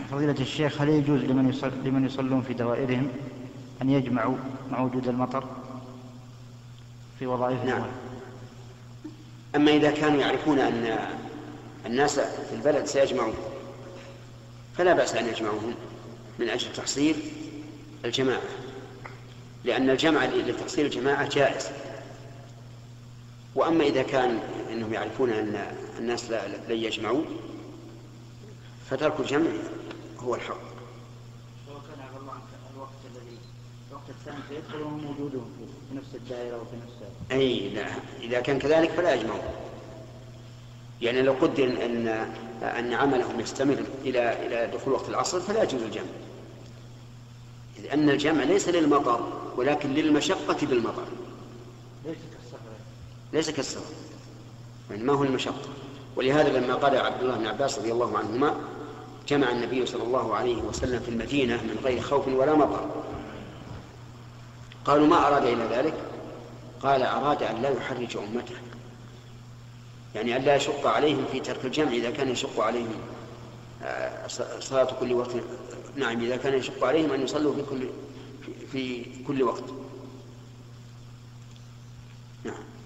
فضيلة الشيخ، هل يجوز لمن يصلون في دوائرهم أن يجمعوا مع وجود المطر في وظائفهم؟ نعم. أما إذا كانوا يعرفون أن الناس في البلد سيجمعون فلا بأس أن يجمعوهم من أجل تحصيل الجماعة، لأن الجمع لتحصيل الجماعة جائز. وأما إذا كان أنهم يعرفون أن الناس لن يجمعوا فترك الجمع هو الحق. وكان عفى الله عنك الوقت الثاني فيدخل وهم موجودون في نفس الدائرة وفي نفس أي لا، إذا كان كذلك فلا يجمعون. يعني لو قدر أن عملهم يستمر إلى دخول وقت العصر فلا يجوز الجمع، إذ أن الجمع ليس للمطر ولكن للمشقة بالمطر، ليس كالسفر، يعني ما هو المشقة. ولهذا لما قال عبد الله بن عباس رضي الله عنهما جمع النبي صلى الله عليه وسلم في المدينة من غير خوف ولا مطر، قالوا ما أراد إلى ذلك؟ قال أراد أن لا يحرج أمته، يعني أن لا يشق عليهم في ترك الجمع إذا كان يشق عليهم صلاة كل وقت. نعم، إذا كان يشق عليهم أن يصلوا في كل وقت. نعم.